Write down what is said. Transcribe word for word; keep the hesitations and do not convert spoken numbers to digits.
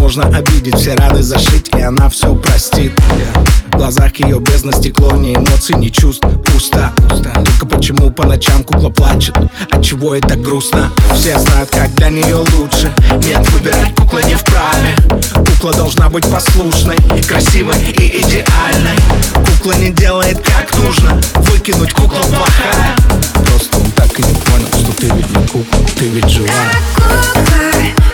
Можно обидеть, все рады зашить, и она все простит. В глазах ее бездна, стекло, ни эмоций, ни чувств. Пусто, только почему по ночам кукла плачет? Отчего это грустно? Все знают, как для нее лучше. Нет, выбирать кукла не вправе. Кукла должна быть послушной, красивой и идеальной. Кукла не делает как нужно, выкинуть кукла плохая. Просто он так и не понял, что ты ведь не кукла, ты ведь живая. Кукла.